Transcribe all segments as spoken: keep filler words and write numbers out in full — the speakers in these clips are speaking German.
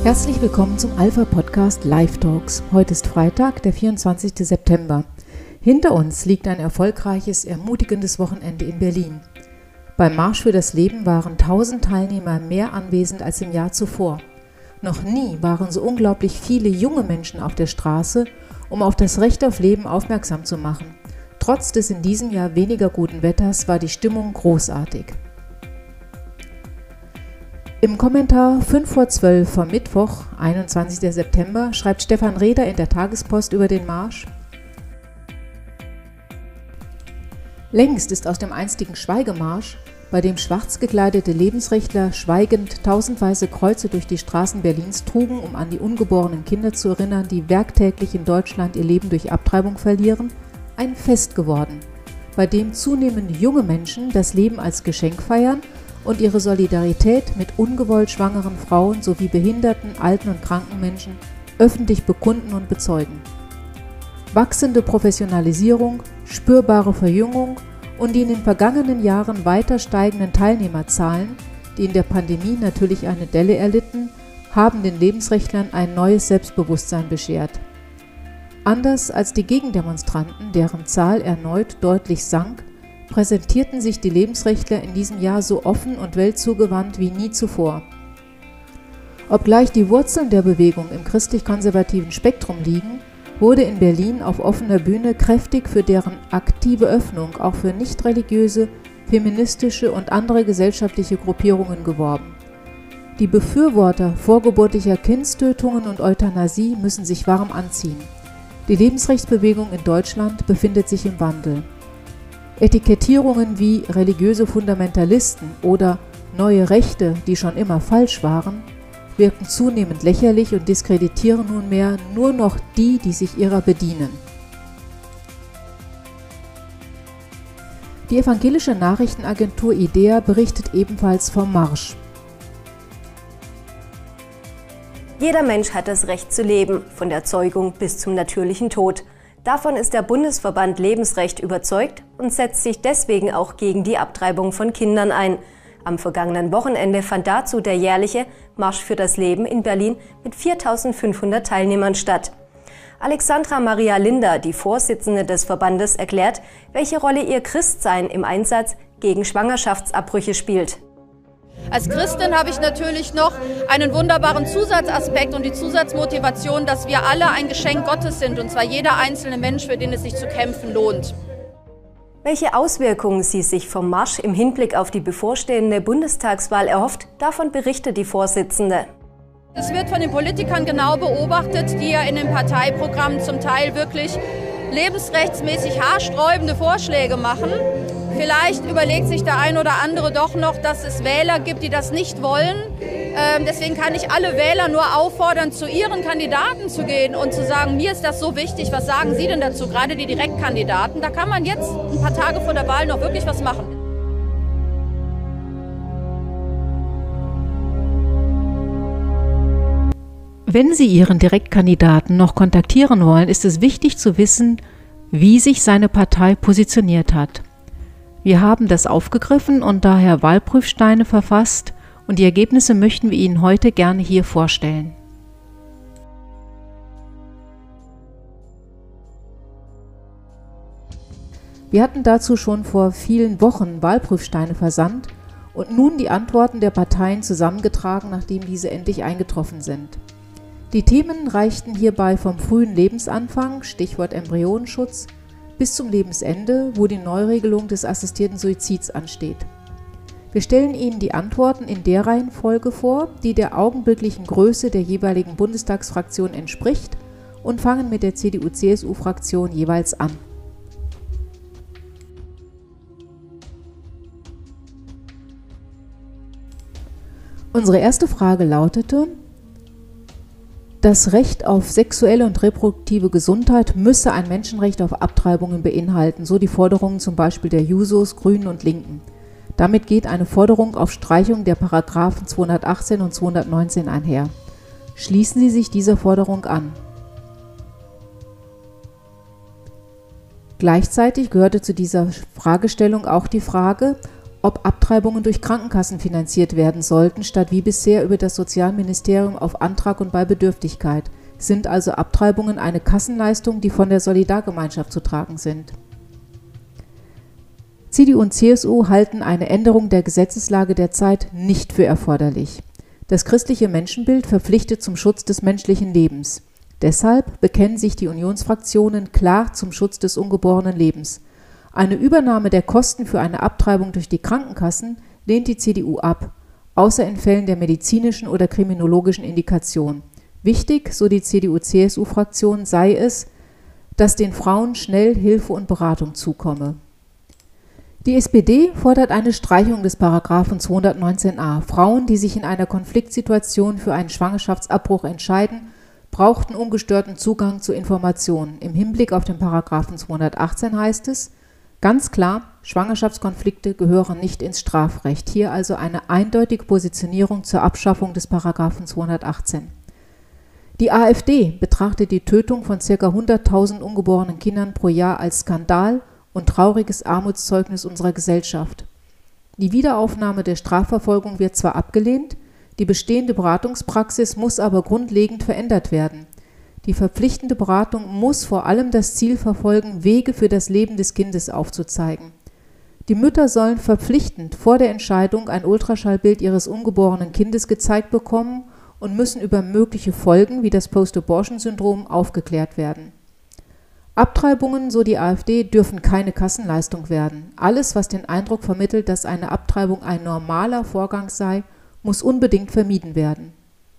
Herzlich willkommen zum Alpha-Podcast Live Talks. Heute ist Freitag, der vierundzwanzigste September. Hinter uns liegt ein erfolgreiches, ermutigendes Wochenende in Berlin. Beim Marsch für das Leben waren tausend Teilnehmer mehr anwesend als im Jahr zuvor. Noch nie waren so unglaublich viele junge Menschen auf der Straße, um auf das Recht auf Leben aufmerksam zu machen. Trotz des in diesem Jahr weniger guten Wetters war die Stimmung großartig. Im Kommentar fünf vor zwölf vom Mittwoch, einundzwanzigsten September, schreibt Stefan Reder in der Tagespost über den Marsch: Längst ist aus dem einstigen Schweigemarsch, bei dem schwarz gekleidete Lebensrechtler schweigend tausend weiße Kreuze durch die Straßen Berlins trugen, um an die ungeborenen Kinder zu erinnern, die werktäglich in Deutschland ihr Leben durch Abtreibung verlieren, ein Fest geworden, bei dem zunehmend junge Menschen das Leben als Geschenk feiern und ihre Solidarität mit ungewollt schwangeren Frauen sowie behinderten, alten und kranken Menschen öffentlich bekunden und bezeugen. Wachsende Professionalisierung, spürbare Verjüngung und die in den vergangenen Jahren weiter steigenden Teilnehmerzahlen, die in der Pandemie natürlich eine Delle erlitten, haben den Lebensrechtlern ein neues Selbstbewusstsein beschert. Anders als die Gegendemonstranten, deren Zahl erneut deutlich sank, präsentierten sich die Lebensrechtler in diesem Jahr so offen und weltzugewandt wie nie zuvor. Obgleich die Wurzeln der Bewegung im christlich-konservativen Spektrum liegen, wurde in Berlin auf offener Bühne kräftig für deren aktive Öffnung auch für nicht-religiöse, feministische und andere gesellschaftliche Gruppierungen geworben. Die Befürworter vorgeburtlicher Kindstötungen und Euthanasie müssen sich warm anziehen. Die Lebensrechtsbewegung in Deutschland befindet sich im Wandel. Etikettierungen wie religiöse Fundamentalisten oder neue Rechte, die schon immer falsch waren, wirken zunehmend lächerlich und diskreditieren nunmehr nur noch die, die sich ihrer bedienen. Die evangelische Nachrichtenagentur IDEA berichtet ebenfalls vom Marsch. Jeder Mensch hat das Recht zu leben, von der Zeugung bis zum natürlichen Tod. Davon ist der Bundesverband Lebensrecht überzeugt und setzt sich deswegen auch gegen die Abtreibung von Kindern ein. Am vergangenen Wochenende fand dazu der jährliche Marsch für das Leben in Berlin mit viertausendfünfhundert Teilnehmern statt. Alexandra Maria Linder, die Vorsitzende des Verbandes, erklärt, welche Rolle ihr Christsein im Einsatz gegen Schwangerschaftsabbrüche spielt. Als Christin habe ich natürlich noch einen wunderbaren Zusatzaspekt und die Zusatzmotivation, dass wir alle ein Geschenk Gottes sind, und zwar jeder einzelne Mensch, für den es sich zu kämpfen lohnt. Welche Auswirkungen sie sich vom Marsch im Hinblick auf die bevorstehende Bundestagswahl erhofft, davon berichtet die Vorsitzende. Es wird von den Politikern genau beobachtet, die ja in den Parteiprogrammen zum Teil wirklich lebensrechtsmäßig haarsträubende Vorschläge machen. Vielleicht überlegt sich der ein oder andere doch noch, dass es Wähler gibt, die das nicht wollen. Ähm, deswegen kann ich alle Wähler nur auffordern, zu ihren Kandidaten zu gehen und zu sagen, mir ist das so wichtig, was sagen Sie denn dazu, gerade die Direktkandidaten. Da kann man jetzt ein paar Tage vor der Wahl noch wirklich was machen. Wenn Sie Ihren Direktkandidaten noch kontaktieren wollen, ist es wichtig zu wissen, wie sich seine Partei positioniert hat. Wir haben das aufgegriffen und daher Wahlprüfsteine verfasst, und die Ergebnisse möchten wir Ihnen heute gerne hier vorstellen. Wir hatten dazu schon vor vielen Wochen Wahlprüfsteine versandt und nun die Antworten der Parteien zusammengetragen, nachdem diese endlich eingetroffen sind. Die Themen reichten hierbei vom frühen Lebensanfang, Stichwort Embryonenschutz, bis zum Lebensende, wo die Neuregelung des assistierten Suizids ansteht. Wir stellen Ihnen die Antworten in der Reihenfolge vor, die der augenblicklichen Größe der jeweiligen Bundestagsfraktion entspricht, und fangen mit der C D U C S U-Fraktion jeweils an. Unsere erste Frage lautete: Das Recht auf sexuelle und reproduktive Gesundheit müsse ein Menschenrecht auf Abtreibungen beinhalten, so die Forderungen zum Beispiel der Jusos, Grünen und Linken. Damit geht eine Forderung auf Streichung der Paragraphen zweihundertachtzehn und zweihundertneunzehn einher. Schließen Sie sich dieser Forderung an. Gleichzeitig gehörte zu dieser Fragestellung auch die Frage, ob Abtreibungen durch Krankenkassen finanziert werden sollten, statt wie bisher über das Sozialministerium auf Antrag und bei Bedürftigkeit. Sind also Abtreibungen eine Kassenleistung, die von der Solidargemeinschaft zu tragen sind? C D U und C S U halten eine Änderung der Gesetzeslage derzeit nicht für erforderlich. Das christliche Menschenbild verpflichtet zum Schutz des menschlichen Lebens. Deshalb bekennen sich die Unionsfraktionen klar zum Schutz des ungeborenen Lebens. Eine Übernahme der Kosten für eine Abtreibung durch die Krankenkassen lehnt die C D U ab, außer in Fällen der medizinischen oder kriminologischen Indikation. Wichtig, so die C D U-C S U-Fraktion, sei es, dass den Frauen schnell Hilfe und Beratung zukomme. Die S P D fordert eine Streichung des Paragraphen zweihundertneunzehn a. Frauen, die sich in einer Konfliktsituation für einen Schwangerschaftsabbruch entscheiden, brauchten ungestörten Zugang zu Informationen. Im Hinblick auf den Paragraphen zweihundertachtzehn heißt es, ganz klar, Schwangerschaftskonflikte gehören nicht ins Strafrecht. Hier also eine eindeutige Positionierung zur Abschaffung des Paragraphen zweihundertachtzehn. Die AfD betrachtet die Tötung von ca. hunderttausend ungeborenen Kindern pro Jahr als Skandal und trauriges Armutszeugnis unserer Gesellschaft. Die Wiederaufnahme der Strafverfolgung wird zwar abgelehnt, die bestehende Beratungspraxis muss aber grundlegend verändert werden. Die verpflichtende Beratung muss vor allem das Ziel verfolgen, Wege für das Leben des Kindes aufzuzeigen. Die Mütter sollen verpflichtend vor der Entscheidung ein Ultraschallbild ihres ungeborenen Kindes gezeigt bekommen und müssen über mögliche Folgen wie das Post-Abortion-Syndrom aufgeklärt werden. Abtreibungen, so die AfD, dürfen keine Kassenleistung werden. Alles, was den Eindruck vermittelt, dass eine Abtreibung ein normaler Vorgang sei, muss unbedingt vermieden werden.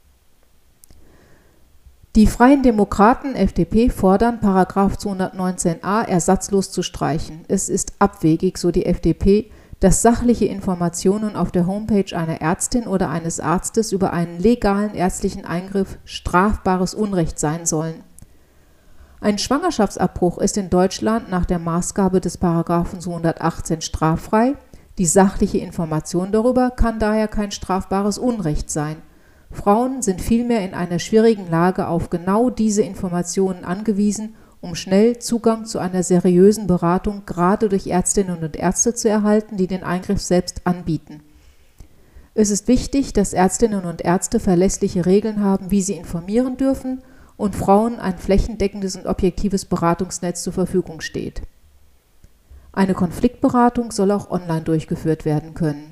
Die Freien Demokraten F D P fordern, Paragraph zweihundertneunzehn a ersatzlos zu streichen. Es ist abwegig, so die F D P, dass sachliche Informationen auf der Homepage einer Ärztin oder eines Arztes über einen legalen ärztlichen Eingriff strafbares Unrecht sein sollen. Ein Schwangerschaftsabbruch ist in Deutschland nach der Maßgabe des Paragraphen zweihundertachtzehn straffrei. Die sachliche Information darüber kann daher kein strafbares Unrecht sein. Frauen sind vielmehr in einer schwierigen Lage auf genau diese Informationen angewiesen, um schnell Zugang zu einer seriösen Beratung gerade durch Ärztinnen und Ärzte zu erhalten, die den Eingriff selbst anbieten. Es ist wichtig, dass Ärztinnen und Ärzte verlässliche Regeln haben, wie sie informieren dürfen, und Frauen ein flächendeckendes und objektives Beratungsnetz zur Verfügung steht. Eine Konfliktberatung soll auch online durchgeführt werden können.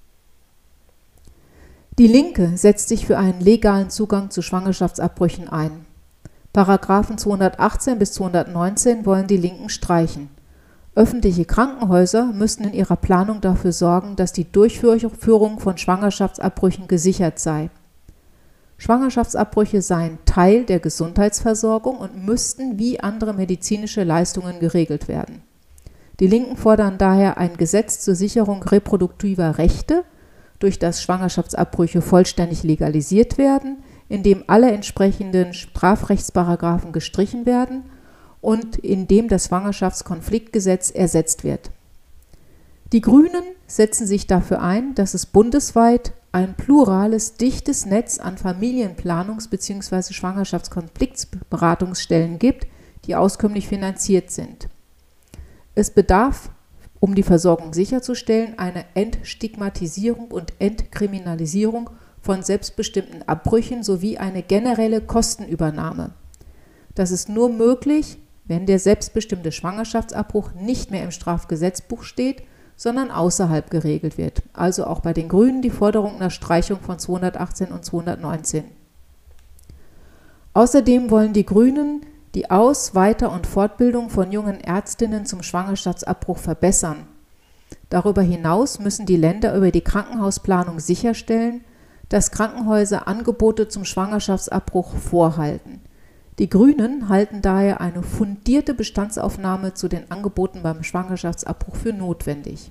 Die Linke setzt sich für einen legalen Zugang zu Schwangerschaftsabbrüchen ein. Paragraphen zweihundertachtzehn bis zweihundertneunzehn wollen die Linken streichen. Öffentliche Krankenhäuser müssten in ihrer Planung dafür sorgen, dass die Durchführung von Schwangerschaftsabbrüchen gesichert sei. Schwangerschaftsabbrüche seien Teil der Gesundheitsversorgung und müssten wie andere medizinische Leistungen geregelt werden. Die Linken fordern daher ein Gesetz zur Sicherung reproduktiver Rechte, durch das Schwangerschaftsabbrüche vollständig legalisiert werden, in dem alle entsprechenden Strafrechtsparagraphen gestrichen werden und in dem das Schwangerschaftskonfliktgesetz ersetzt wird. Die Grünen setzen sich dafür ein, dass es bundesweit ein plurales, dichtes Netz an Familienplanungs- bzw. Schwangerschaftskonfliktberatungsstellen gibt, die auskömmlich finanziert sind. Es bedarf, um die Versorgung sicherzustellen, einer Entstigmatisierung und Entkriminalisierung von selbstbestimmten Abbrüchen sowie eine generelle Kostenübernahme. Das ist nur möglich, wenn der selbstbestimmte Schwangerschaftsabbruch nicht mehr im Strafgesetzbuch steht, sondern außerhalb geregelt wird. Also auch bei den Grünen die Forderung nach Streichung von zweihundertachtzehn und zweihundertneunzehn. Außerdem wollen die Grünen die Aus-, Weiter- und Fortbildung von jungen Ärztinnen zum Schwangerschaftsabbruch verbessern. Darüber hinaus müssen die Länder über die Krankenhausplanung sicherstellen, dass Krankenhäuser Angebote zum Schwangerschaftsabbruch vorhalten. Die Grünen halten daher eine fundierte Bestandsaufnahme zu den Angeboten beim Schwangerschaftsabbruch für notwendig.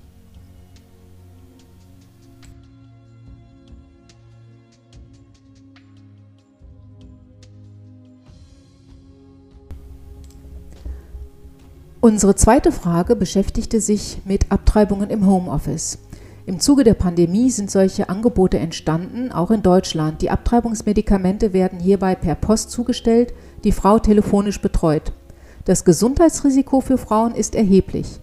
Unsere zweite Frage beschäftigte sich mit Abtreibungen im Homeoffice. Im Zuge der Pandemie sind solche Angebote entstanden, auch in Deutschland. Die Abtreibungsmedikamente werden hierbei per Post zugestellt, die Frau telefonisch betreut. Das Gesundheitsrisiko für Frauen ist erheblich.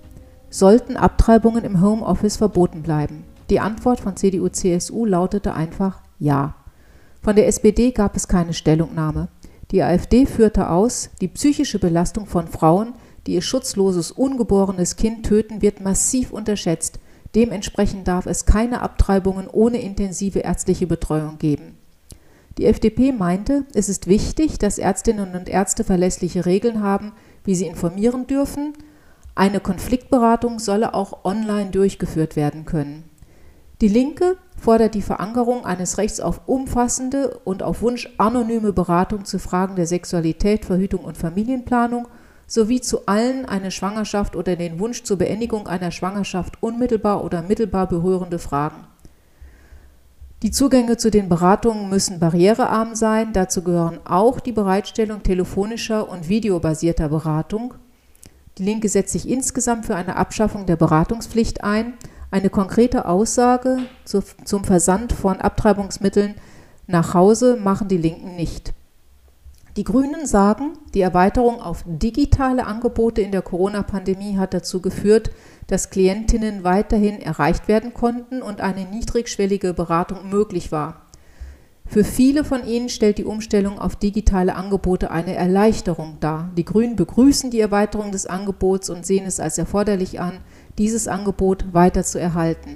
Sollten Abtreibungen im Homeoffice verboten bleiben? Die Antwort von C D U C S U lautete einfach ja. Von der S P D gab es keine Stellungnahme. Die AfD führte aus, die psychische Belastung von Frauen, die ihr schutzloses, ungeborenes Kind töten, wird massiv unterschätzt. Dementsprechend darf es keine Abtreibungen ohne intensive ärztliche Betreuung geben. Die F D P meinte, es ist wichtig, dass Ärztinnen und Ärzte verlässliche Regeln haben, wie sie informieren dürfen. Eine Konfliktberatung solle auch online durchgeführt werden können. Die Linke fordert die Verankerung eines Rechts auf umfassende und auf Wunsch anonyme Beratung zu Fragen der Sexualität, Verhütung und Familienplanung sowie zu allen eine Schwangerschaft oder den Wunsch zur Beendigung einer Schwangerschaft unmittelbar oder mittelbar berührende Fragen. Die Zugänge zu den Beratungen müssen barrierearm sein, dazu gehören auch die Bereitstellung telefonischer und videobasierter Beratung. Die Linke setzt sich insgesamt für eine Abschaffung der Beratungspflicht ein. Eine konkrete Aussage zu, zum Versand von Abtreibungsmitteln nach Hause machen die Linken nicht. Die Grünen sagen, die Erweiterung auf digitale Angebote in der Corona-Pandemie hat dazu geführt, dass Klientinnen weiterhin erreicht werden konnten und eine niedrigschwellige Beratung möglich war. Für viele von ihnen stellt die Umstellung auf digitale Angebote eine Erleichterung dar. Die Grünen begrüßen die Erweiterung des Angebots und sehen es als erforderlich an, dieses Angebot weiter zu erhalten.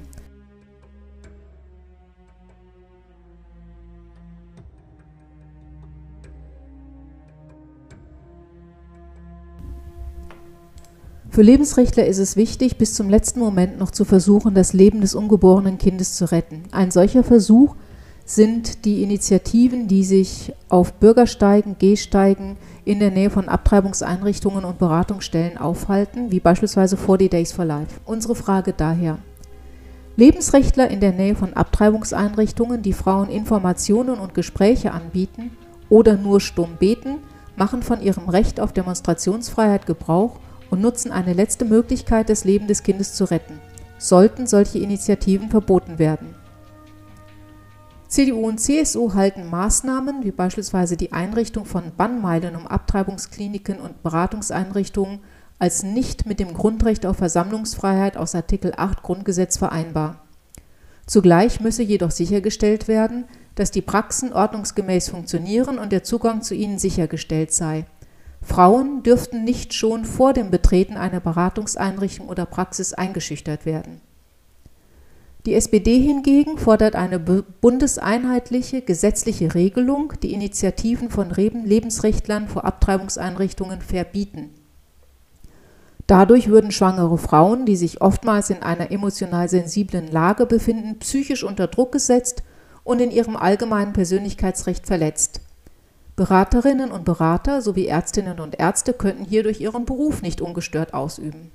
Für Lebensrechtler ist es wichtig, bis zum letzten Moment noch zu versuchen, das Leben des ungeborenen Kindes zu retten. Ein solcher Versuch sind die Initiativen, die sich auf Bürgersteigen, Gehsteigen in der Nähe von Abtreibungseinrichtungen und Beratungsstellen aufhalten, wie beispielsweise forty Days for Life. Unsere Frage daher: Lebensrechtler in der Nähe von Abtreibungseinrichtungen, die Frauen Informationen und Gespräche anbieten oder nur stumm beten, machen von ihrem Recht auf Demonstrationsfreiheit Gebrauch und nutzen eine letzte Möglichkeit, das Leben des Kindes zu retten. Sollten solche Initiativen verboten werden? C D U und C S U halten Maßnahmen wie beispielsweise die Einrichtung von Bannmeilen um Abtreibungskliniken und Beratungseinrichtungen als nicht mit dem Grundrecht auf Versammlungsfreiheit aus Artikel acht Grundgesetz vereinbar. Zugleich müsse jedoch sichergestellt werden, dass die Praxen ordnungsgemäß funktionieren und der Zugang zu ihnen sichergestellt sei. Frauen dürften nicht schon vor dem Betreten einer Beratungseinrichtung oder Praxis eingeschüchtert werden. Die S P D hingegen fordert eine bundeseinheitliche gesetzliche Regelung, die Initiativen von Lebensrechtlern vor Abtreibungseinrichtungen verbieten. Dadurch würden schwangere Frauen, die sich oftmals in einer emotional sensiblen Lage befinden, psychisch unter Druck gesetzt und in ihrem allgemeinen Persönlichkeitsrecht verletzt. Beraterinnen und Berater sowie Ärztinnen und Ärzte könnten hierdurch ihren Beruf nicht ungestört ausüben.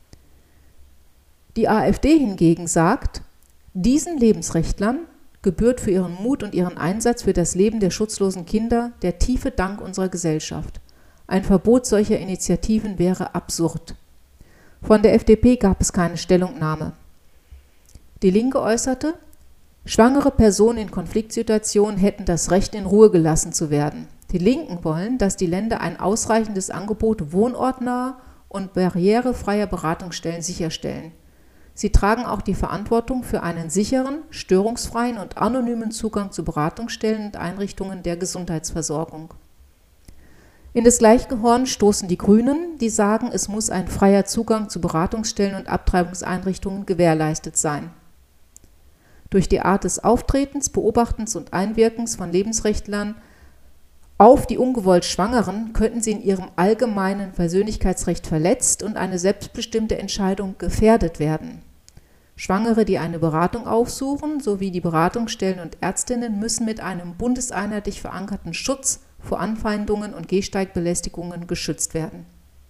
Die AfD hingegen sagt, diesen Lebensrechtlern gebührt für ihren Mut und ihren Einsatz für das Leben der schutzlosen Kinder der tiefe Dank unserer Gesellschaft. Ein Verbot solcher Initiativen wäre absurd. Von der F D P gab es keine Stellungnahme. Die Linke äußerte, schwangere Personen in Konfliktsituationen hätten das Recht, in Ruhe gelassen zu werden. Die Linken wollen, dass die Länder ein ausreichendes Angebot wohnortnaher und barrierefreier Beratungsstellen sicherstellen. Sie tragen auch die Verantwortung für einen sicheren, störungsfreien und anonymen Zugang zu Beratungsstellen und Einrichtungen der Gesundheitsversorgung. In das gleiche Horn stoßen die Grünen, die sagen, es muss ein freier Zugang zu Beratungsstellen und Abtreibungseinrichtungen gewährleistet sein. Durch die Art des Auftretens, Beobachtens und Einwirkens von Lebensrechtlern auf die ungewollt Schwangeren könnten sie in ihrem allgemeinen Persönlichkeitsrecht verletzt und eine selbstbestimmte Entscheidung gefährdet werden. Schwangere, die eine Beratung aufsuchen, sowie die Beratungsstellen und Ärztinnen müssen mit einem bundeseinheitlich verankerten Schutz vor Anfeindungen und Gehsteigbelästigungen geschützt werden.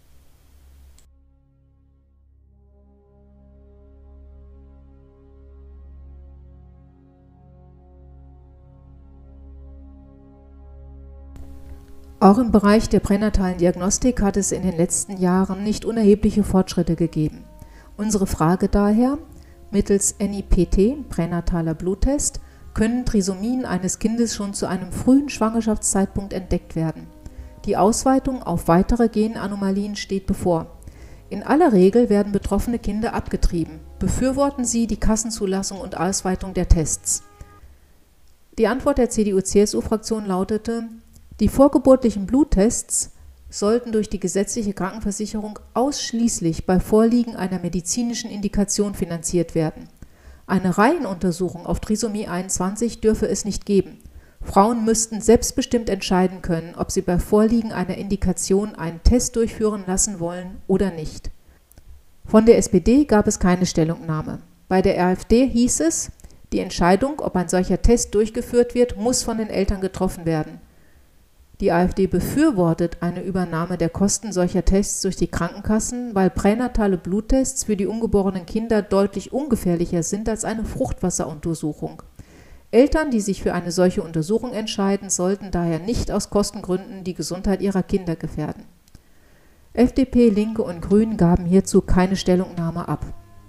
Auch im Bereich der pränatalen Diagnostik hat es in den letzten Jahren nicht unerhebliche Fortschritte gegeben. Unsere Frage daher: Mittels N I P T, pränataler Bluttest, können Trisomien eines Kindes schon zu einem frühen Schwangerschaftszeitpunkt entdeckt werden. Die Ausweitung auf weitere Genanomalien steht bevor. In aller Regel werden betroffene Kinder abgetrieben. Befürworten Sie die Kassenzulassung und Ausweitung der Tests? Die Antwort der C D U C S U-Fraktion lautete: Die vorgeburtlichen Bluttests sollten durch die gesetzliche Krankenversicherung ausschließlich bei Vorliegen einer medizinischen Indikation finanziert werden. Eine Reihenuntersuchung auf Trisomie einundzwanzig dürfe es nicht geben. Frauen müssten selbstbestimmt entscheiden können, ob sie bei Vorliegen einer Indikation einen Test durchführen lassen wollen oder nicht. Von der S P D gab es keine Stellungnahme. Bei der AfD hieß es, die Entscheidung, ob ein solcher Test durchgeführt wird, muss von den Eltern getroffen werden. Die AfD befürwortet eine Übernahme der Kosten solcher Tests durch die Krankenkassen, weil pränatale Bluttests für die ungeborenen Kinder deutlich ungefährlicher sind als eine Fruchtwasseruntersuchung. Eltern, die sich für eine solche Untersuchung entscheiden, sollten daher nicht aus Kostengründen die Gesundheit ihrer Kinder gefährden. F D P, Linke und Grünen gaben hierzu keine Stellungnahme ab.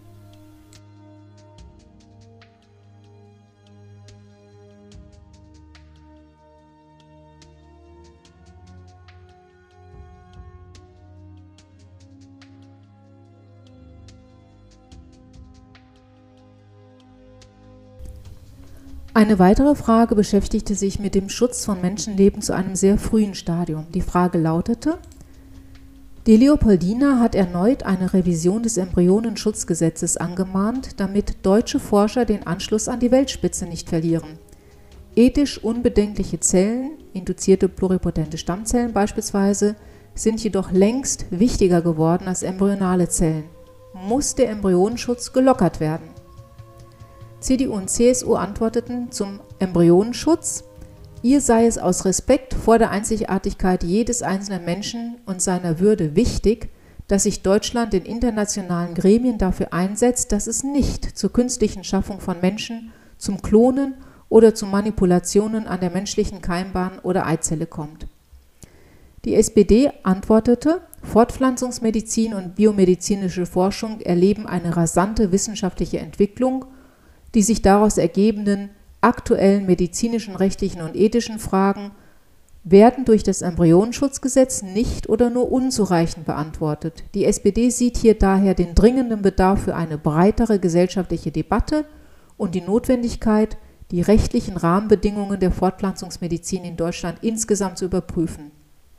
Eine weitere Frage beschäftigte sich mit dem Schutz von Menschenleben zu einem sehr frühen Stadium. Die Frage lautete: Die Leopoldina hat erneut eine Revision des Embryonenschutzgesetzes angemahnt, damit deutsche Forscher den Anschluss an die Weltspitze nicht verlieren. Ethisch unbedenkliche Zellen, induzierte pluripotente Stammzellen beispielsweise, sind jedoch längst wichtiger geworden als embryonale Zellen. Muss der Embryonenschutz gelockert werden? C D U und C S U antworteten zum Embryonenschutz: Ihr sei es aus Respekt vor der Einzigartigkeit jedes einzelnen Menschen und seiner Würde wichtig, dass sich Deutschland in internationalen Gremien dafür einsetzt, dass es nicht zur künstlichen Schaffung von Menschen, zum Klonen oder zu Manipulationen an der menschlichen Keimbahn oder Eizelle kommt. Die S P D antwortete: Fortpflanzungsmedizin und biomedizinische Forschung erleben eine rasante wissenschaftliche Entwicklung. Die sich daraus ergebenden aktuellen medizinischen, rechtlichen und ethischen Fragen werden durch das Embryonenschutzgesetz nicht oder nur unzureichend beantwortet. Die S P D sieht hier daher den dringenden Bedarf für eine breitere gesellschaftliche Debatte und die Notwendigkeit, die rechtlichen Rahmenbedingungen der Fortpflanzungsmedizin in Deutschland insgesamt zu überprüfen.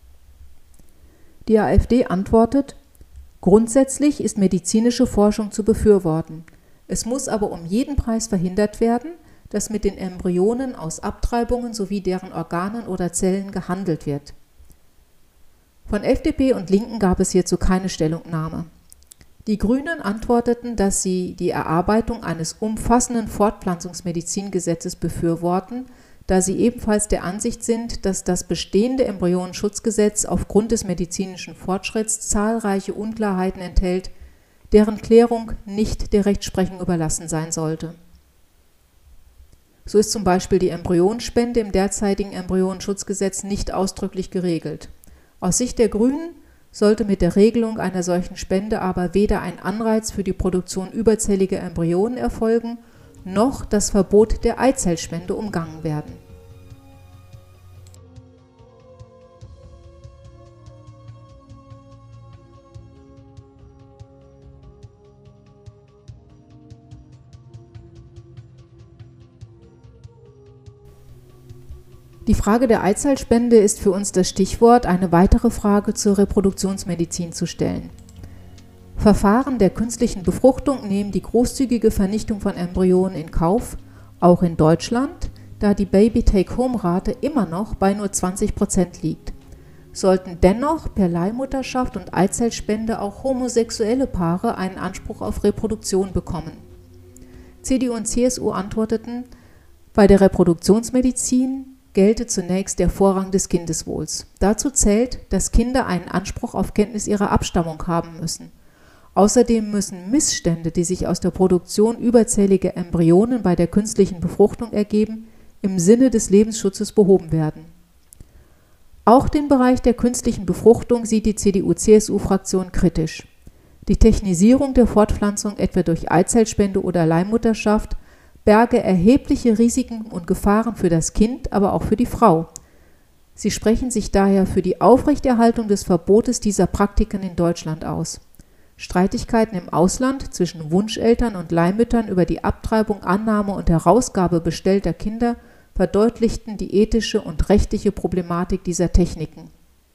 Die AfD antwortet: Grundsätzlich ist medizinische Forschung zu befürworten. Es muss aber um jeden Preis verhindert werden, dass mit den Embryonen aus Abtreibungen sowie deren Organen oder Zellen gehandelt wird. Von F D P und Linken gab es hierzu keine Stellungnahme. Die Grünen antworteten, dass sie die Erarbeitung eines umfassenden Fortpflanzungsmedizingesetzes befürworten, da sie ebenfalls der Ansicht sind, dass das bestehende Embryonenschutzgesetz aufgrund des medizinischen Fortschritts zahlreiche Unklarheiten enthält, deren Klärung nicht der Rechtsprechung überlassen sein sollte. So ist zum Beispiel die Embryonspende im derzeitigen Embryonenschutzgesetz nicht ausdrücklich geregelt. Aus Sicht der Grünen sollte mit der Regelung einer solchen Spende aber weder ein Anreiz für die Produktion überzähliger Embryonen erfolgen, noch das Verbot der Eizellspende umgangen werden. Die Frage der Eizellspende ist für uns das Stichwort, eine weitere Frage zur Reproduktionsmedizin zu stellen. Verfahren der künstlichen Befruchtung nehmen die großzügige Vernichtung von Embryonen in Kauf, auch in Deutschland, da die Baby-Take-Home-Rate immer noch bei nur zwanzig Prozent liegt. Sollten dennoch per Leihmutterschaft und Eizellspende auch homosexuelle Paare einen Anspruch auf Reproduktion bekommen? C D U und C S U antworteten: Bei der Reproduktionsmedizin gelte zunächst der Vorrang des Kindeswohls. Dazu zählt, dass Kinder einen Anspruch auf Kenntnis ihrer Abstammung haben müssen. Außerdem müssen Missstände, die sich aus der Produktion überzähliger Embryonen bei der künstlichen Befruchtung ergeben, im Sinne des Lebensschutzes behoben werden. Auch den Bereich der künstlichen Befruchtung sieht die C D U C S U-Fraktion kritisch. Die Technisierung der Fortpflanzung etwa durch Eizellspende oder Leihmutterschaft berge erhebliche Risiken und Gefahren für das Kind, aber auch für die Frau. Sie sprechen sich daher für die Aufrechterhaltung des Verbotes dieser Praktiken in Deutschland aus. Streitigkeiten im Ausland zwischen Wunscheltern und Leihmüttern über die Abtreibung, Annahme und Herausgabe bestellter Kinder verdeutlichten die ethische und rechtliche Problematik dieser Techniken.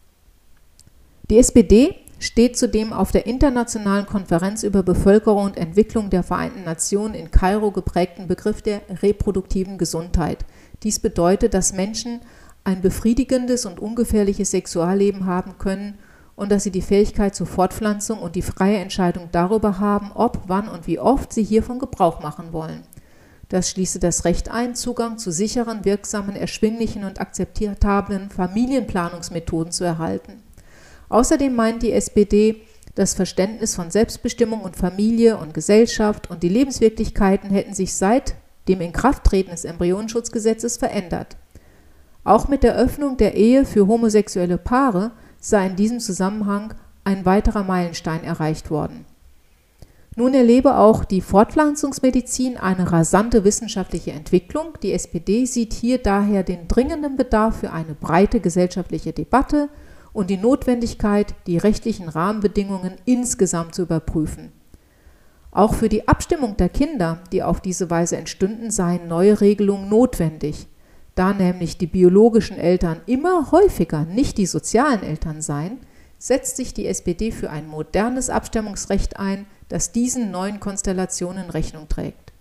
Die S P D steht zudem auf der internationalen Konferenz über Bevölkerung und Entwicklung der Vereinten Nationen in Kairo geprägten Begriff der reproduktiven Gesundheit. Dies bedeutet, dass Menschen ein befriedigendes und ungefährliches Sexualleben haben können und dass sie die Fähigkeit zur Fortpflanzung und die freie Entscheidung darüber haben, ob, wann und wie oft sie hiervon Gebrauch machen wollen. Das schließe das Recht ein, Zugang zu sicheren, wirksamen, erschwinglichen und akzeptablen Familienplanungsmethoden zu erhalten. Außerdem meint die S P D, das Verständnis von Selbstbestimmung und Familie und Gesellschaft und die Lebenswirklichkeiten hätten sich seit dem Inkrafttreten des Embryonenschutzgesetzes verändert. Auch mit der Öffnung der Ehe für homosexuelle Paare sei in diesem Zusammenhang ein weiterer Meilenstein erreicht worden. Nun erlebe auch die Fortpflanzungsmedizin eine rasante wissenschaftliche Entwicklung. Die S P D sieht hier daher den dringenden Bedarf für eine breite gesellschaftliche Debatte und die Notwendigkeit, die rechtlichen Rahmenbedingungen insgesamt zu überprüfen. Auch für die Abstimmung der Kinder, die auf diese Weise entstünden, seien neue Regelungen notwendig. Da nämlich die biologischen Eltern immer häufiger nicht die sozialen Eltern seien, setzt sich die S P D für ein modernes Abstimmungsrecht ein, das diesen neuen Konstellationen Rechnung trägt.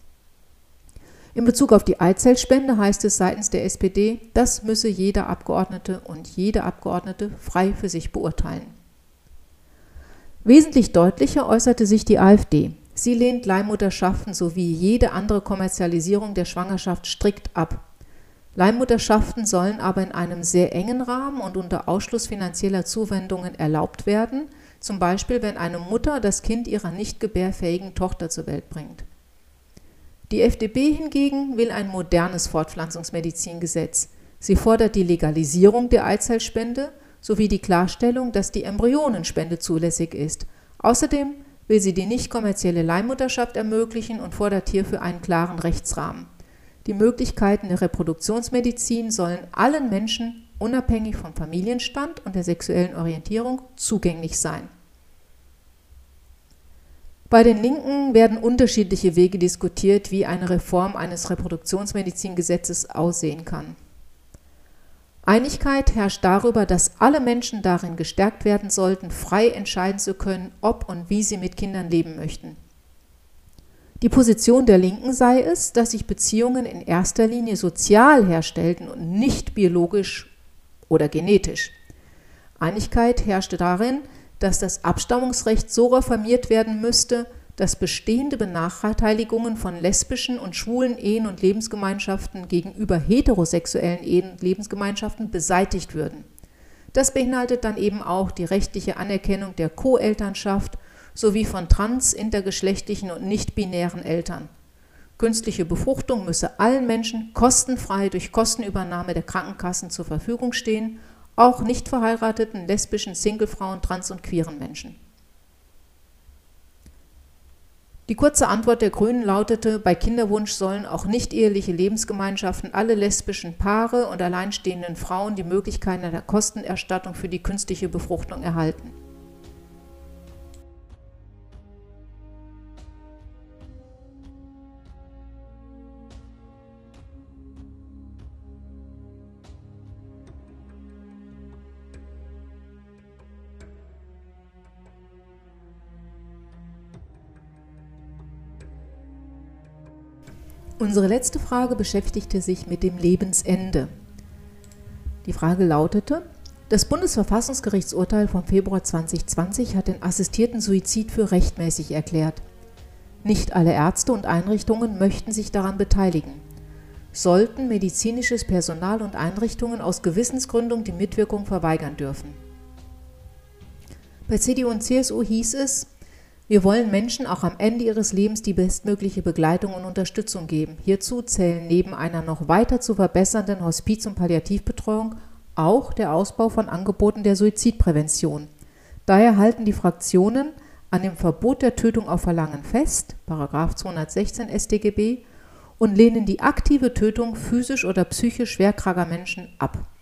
In Bezug auf die Eizellspende heißt es seitens der S P D, das müsse jeder Abgeordnete und jede Abgeordnete frei für sich beurteilen. Wesentlich deutlicher äußerte sich die AfD. Sie lehnt Leihmutterschaften sowie jede andere Kommerzialisierung der Schwangerschaft strikt ab. Leihmutterschaften sollen aber in einem sehr engen Rahmen und unter Ausschluss finanzieller Zuwendungen erlaubt werden, zum Beispiel wenn eine Mutter das Kind ihrer nicht gebärfähigen Tochter zur Welt bringt. Die F D P hingegen will ein modernes Fortpflanzungsmedizingesetz. Sie fordert die Legalisierung der Eizellspende sowie die Klarstellung, dass die Embryonenspende zulässig ist. Außerdem will sie die nicht kommerzielle Leihmutterschaft ermöglichen und fordert hierfür einen klaren Rechtsrahmen. Die Möglichkeiten der Reproduktionsmedizin sollen allen Menschen, unabhängig vom Familienstand und der sexuellen Orientierung, zugänglich sein. Bei den Linken werden unterschiedliche Wege diskutiert, wie eine Reform eines Reproduktionsmedizingesetzes aussehen kann. Einigkeit herrscht darüber, dass alle Menschen darin gestärkt werden sollten, frei entscheiden zu können, ob und wie sie mit Kindern leben möchten. Die Position der Linken sei es, dass sich Beziehungen in erster Linie sozial herstellten und nicht biologisch oder genetisch. Einigkeit herrschte darin, dass das Abstammungsrecht so reformiert werden müsste, dass bestehende Benachteiligungen von lesbischen und schwulen Ehen und Lebensgemeinschaften gegenüber heterosexuellen Ehen und Lebensgemeinschaften beseitigt würden. Das beinhaltet dann eben auch die rechtliche Anerkennung der Co-Elternschaft sowie von trans-, intergeschlechtlichen und nicht-binären Eltern. Künstliche Befruchtung müsse allen Menschen kostenfrei durch Kostenübernahme der Krankenkassen zur Verfügung stehen, auch nicht verheirateten, lesbischen, Singlefrauen, trans- und queeren Menschen. Die kurze Antwort der Grünen lautete, bei Kinderwunsch sollen auch nicht-eheliche Lebensgemeinschaften, alle lesbischen Paare und alleinstehenden Frauen die Möglichkeit einer Kostenerstattung für die künstliche Befruchtung erhalten. Unsere letzte Frage beschäftigte sich mit dem Lebensende. Die Frage lautete: Das Bundesverfassungsgerichtsurteil vom Februar zweitausendzwanzig hat den assistierten Suizid für rechtmäßig erklärt. Nicht alle Ärzte und Einrichtungen möchten sich daran beteiligen. Sollten medizinisches Personal und Einrichtungen aus Gewissensgründung die Mitwirkung verweigern dürfen? Bei C D U und C S U hieß es: Wir wollen Menschen auch am Ende ihres Lebens die bestmögliche Begleitung und Unterstützung geben. Hierzu zählen neben einer noch weiter zu verbessernden Hospiz- und Palliativbetreuung auch der Ausbau von Angeboten der Suizidprävention. Daher halten die Fraktionen an dem Verbot der Tötung auf Verlangen fest, Paragraph zweihundertsechzehn S t G B, und lehnen die aktive Tötung physisch oder psychisch schwerkranker Menschen ab.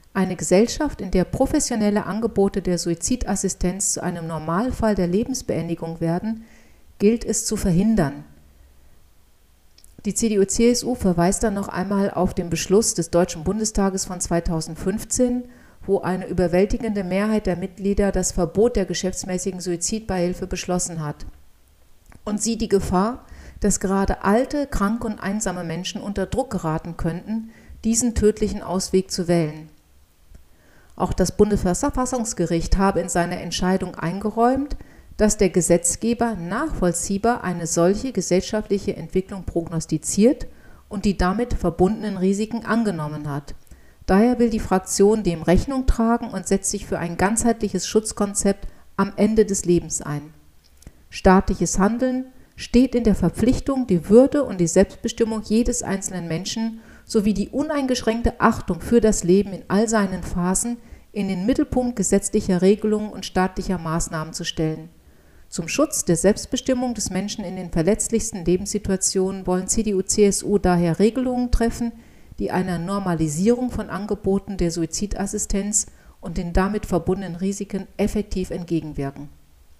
Eine Gesellschaft, in der professionelle Angebote der Suizidassistenz zu einem Normalfall der Lebensbeendigung werden, gilt es zu verhindern. Die C D U C S U verweist dann noch einmal auf den Beschluss des Deutschen Bundestages von zweitausendfünfzehn, wo eine überwältigende Mehrheit der Mitglieder das Verbot der geschäftsmäßigen Suizidbeihilfe beschlossen hat und sieht die Gefahr, dass gerade alte, kranke und einsame Menschen unter Druck geraten könnten, diesen tödlichen Ausweg zu wählen. Auch das Bundesverfassungsgericht habe in seiner Entscheidung eingeräumt, dass der Gesetzgeber nachvollziehbar eine solche gesellschaftliche Entwicklung prognostiziert und die damit verbundenen Risiken angenommen hat. Daher will die Fraktion dem Rechnung tragen und setzt sich für ein ganzheitliches Schutzkonzept am Ende des Lebens ein. Staatliches Handeln steht in der Verpflichtung, die Würde und die Selbstbestimmung jedes einzelnen Menschen sowie die uneingeschränkte Achtung für das Leben in all seinen Phasen in den Mittelpunkt gesetzlicher Regelungen und staatlicher Maßnahmen zu stellen. Zum Schutz der Selbstbestimmung des Menschen in den verletzlichsten Lebenssituationen wollen C D U C S U daher Regelungen treffen, die einer Normalisierung von Angeboten der Suizidassistenz und den damit verbundenen Risiken effektiv entgegenwirken.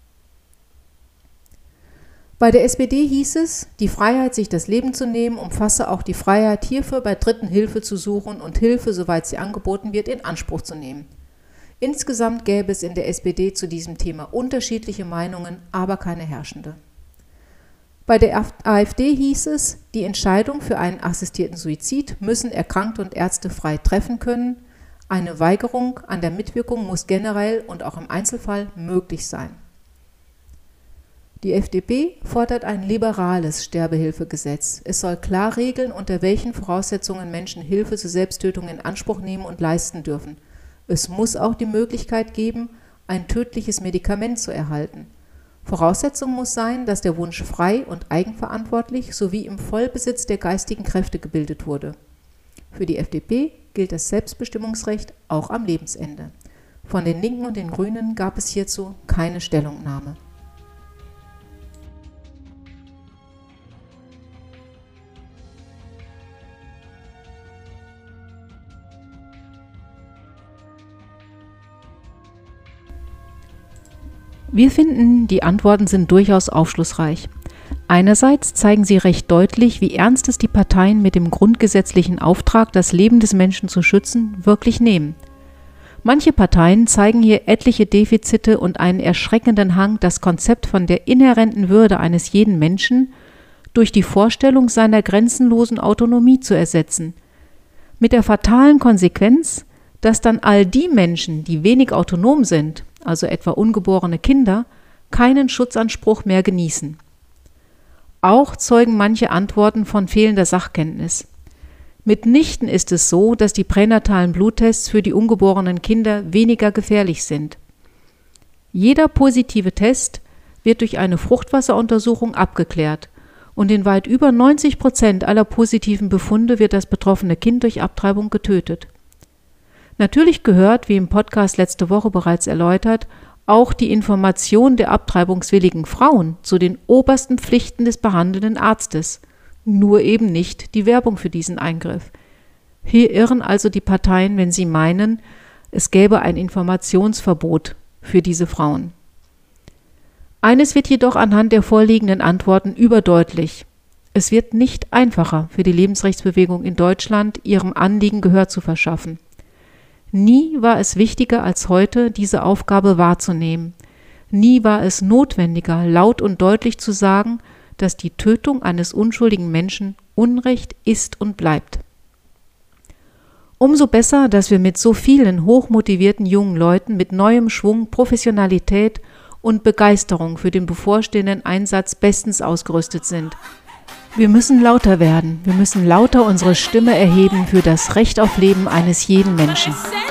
Bei der S P D hieß es, die Freiheit, sich das Leben zu nehmen, umfasse auch die Freiheit, hierfür bei Dritten Hilfe zu suchen und Hilfe, soweit sie angeboten wird, in Anspruch zu nehmen. Insgesamt gäbe es in der S P D zu diesem Thema unterschiedliche Meinungen, aber keine herrschende. Bei der A f D hieß es, die Entscheidung für einen assistierten Suizid müssen Erkrankte und Ärzte frei treffen können. Eine Weigerung an der Mitwirkung muss generell und auch im Einzelfall möglich sein. Die F D P fordert ein liberales Sterbehilfegesetz. Es soll klar regeln, unter welchen Voraussetzungen Menschen Hilfe zur Selbsttötung in Anspruch nehmen und leisten dürfen. Es muss auch die Möglichkeit geben, ein tödliches Medikament zu erhalten. Voraussetzung muss sein, dass der Wunsch frei und eigenverantwortlich sowie im Vollbesitz der geistigen Kräfte gebildet wurde. Für die F D P gilt das Selbstbestimmungsrecht auch am Lebensende. Von den Linken und den Grünen gab es hierzu keine Stellungnahme. Wir finden, die Antworten sind durchaus aufschlussreich. Einerseits zeigen sie recht deutlich, wie ernst es die Parteien mit dem grundgesetzlichen Auftrag, das Leben des Menschen zu schützen, wirklich nehmen. Manche Parteien zeigen hier etliche Defizite und einen erschreckenden Hang, das Konzept von der inhärenten Würde eines jeden Menschen durch die Vorstellung seiner grenzenlosen Autonomie zu ersetzen. Mit der fatalen Konsequenz, dass dann all die Menschen, die wenig autonom sind, also etwa ungeborene Kinder, keinen Schutzanspruch mehr genießen. Auch zeugen manche Antworten von fehlender Sachkenntnis. Mitnichten ist es so, dass die pränatalen Bluttests für die ungeborenen Kinder weniger gefährlich sind. Jeder positive Test wird durch eine Fruchtwasseruntersuchung abgeklärt und in weit über neunzig Prozent aller positiven Befunde wird das betroffene Kind durch Abtreibung getötet. Natürlich gehört, wie im Podcast letzte Woche bereits erläutert, auch die Information der abtreibungswilligen Frauen zu den obersten Pflichten des behandelnden Arztes, nur eben nicht die Werbung für diesen Eingriff. Hier irren also die Parteien, wenn sie meinen, es gäbe ein Informationsverbot für diese Frauen. Eines wird jedoch anhand der vorliegenden Antworten überdeutlich. Es wird nicht einfacher für die Lebensrechtsbewegung in Deutschland, ihrem Anliegen Gehör zu verschaffen. Nie war es wichtiger als heute, diese Aufgabe wahrzunehmen. Nie war es notwendiger, laut und deutlich zu sagen, dass die Tötung eines unschuldigen Menschen Unrecht ist und bleibt. Umso besser, dass wir mit so vielen hochmotivierten jungen Leuten mit neuem Schwung, Professionalität und Begeisterung für den bevorstehenden Einsatz bestens ausgerüstet sind. Wir müssen lauter werden, wir müssen lauter unsere Stimme erheben für das Recht auf Leben eines jeden Menschen.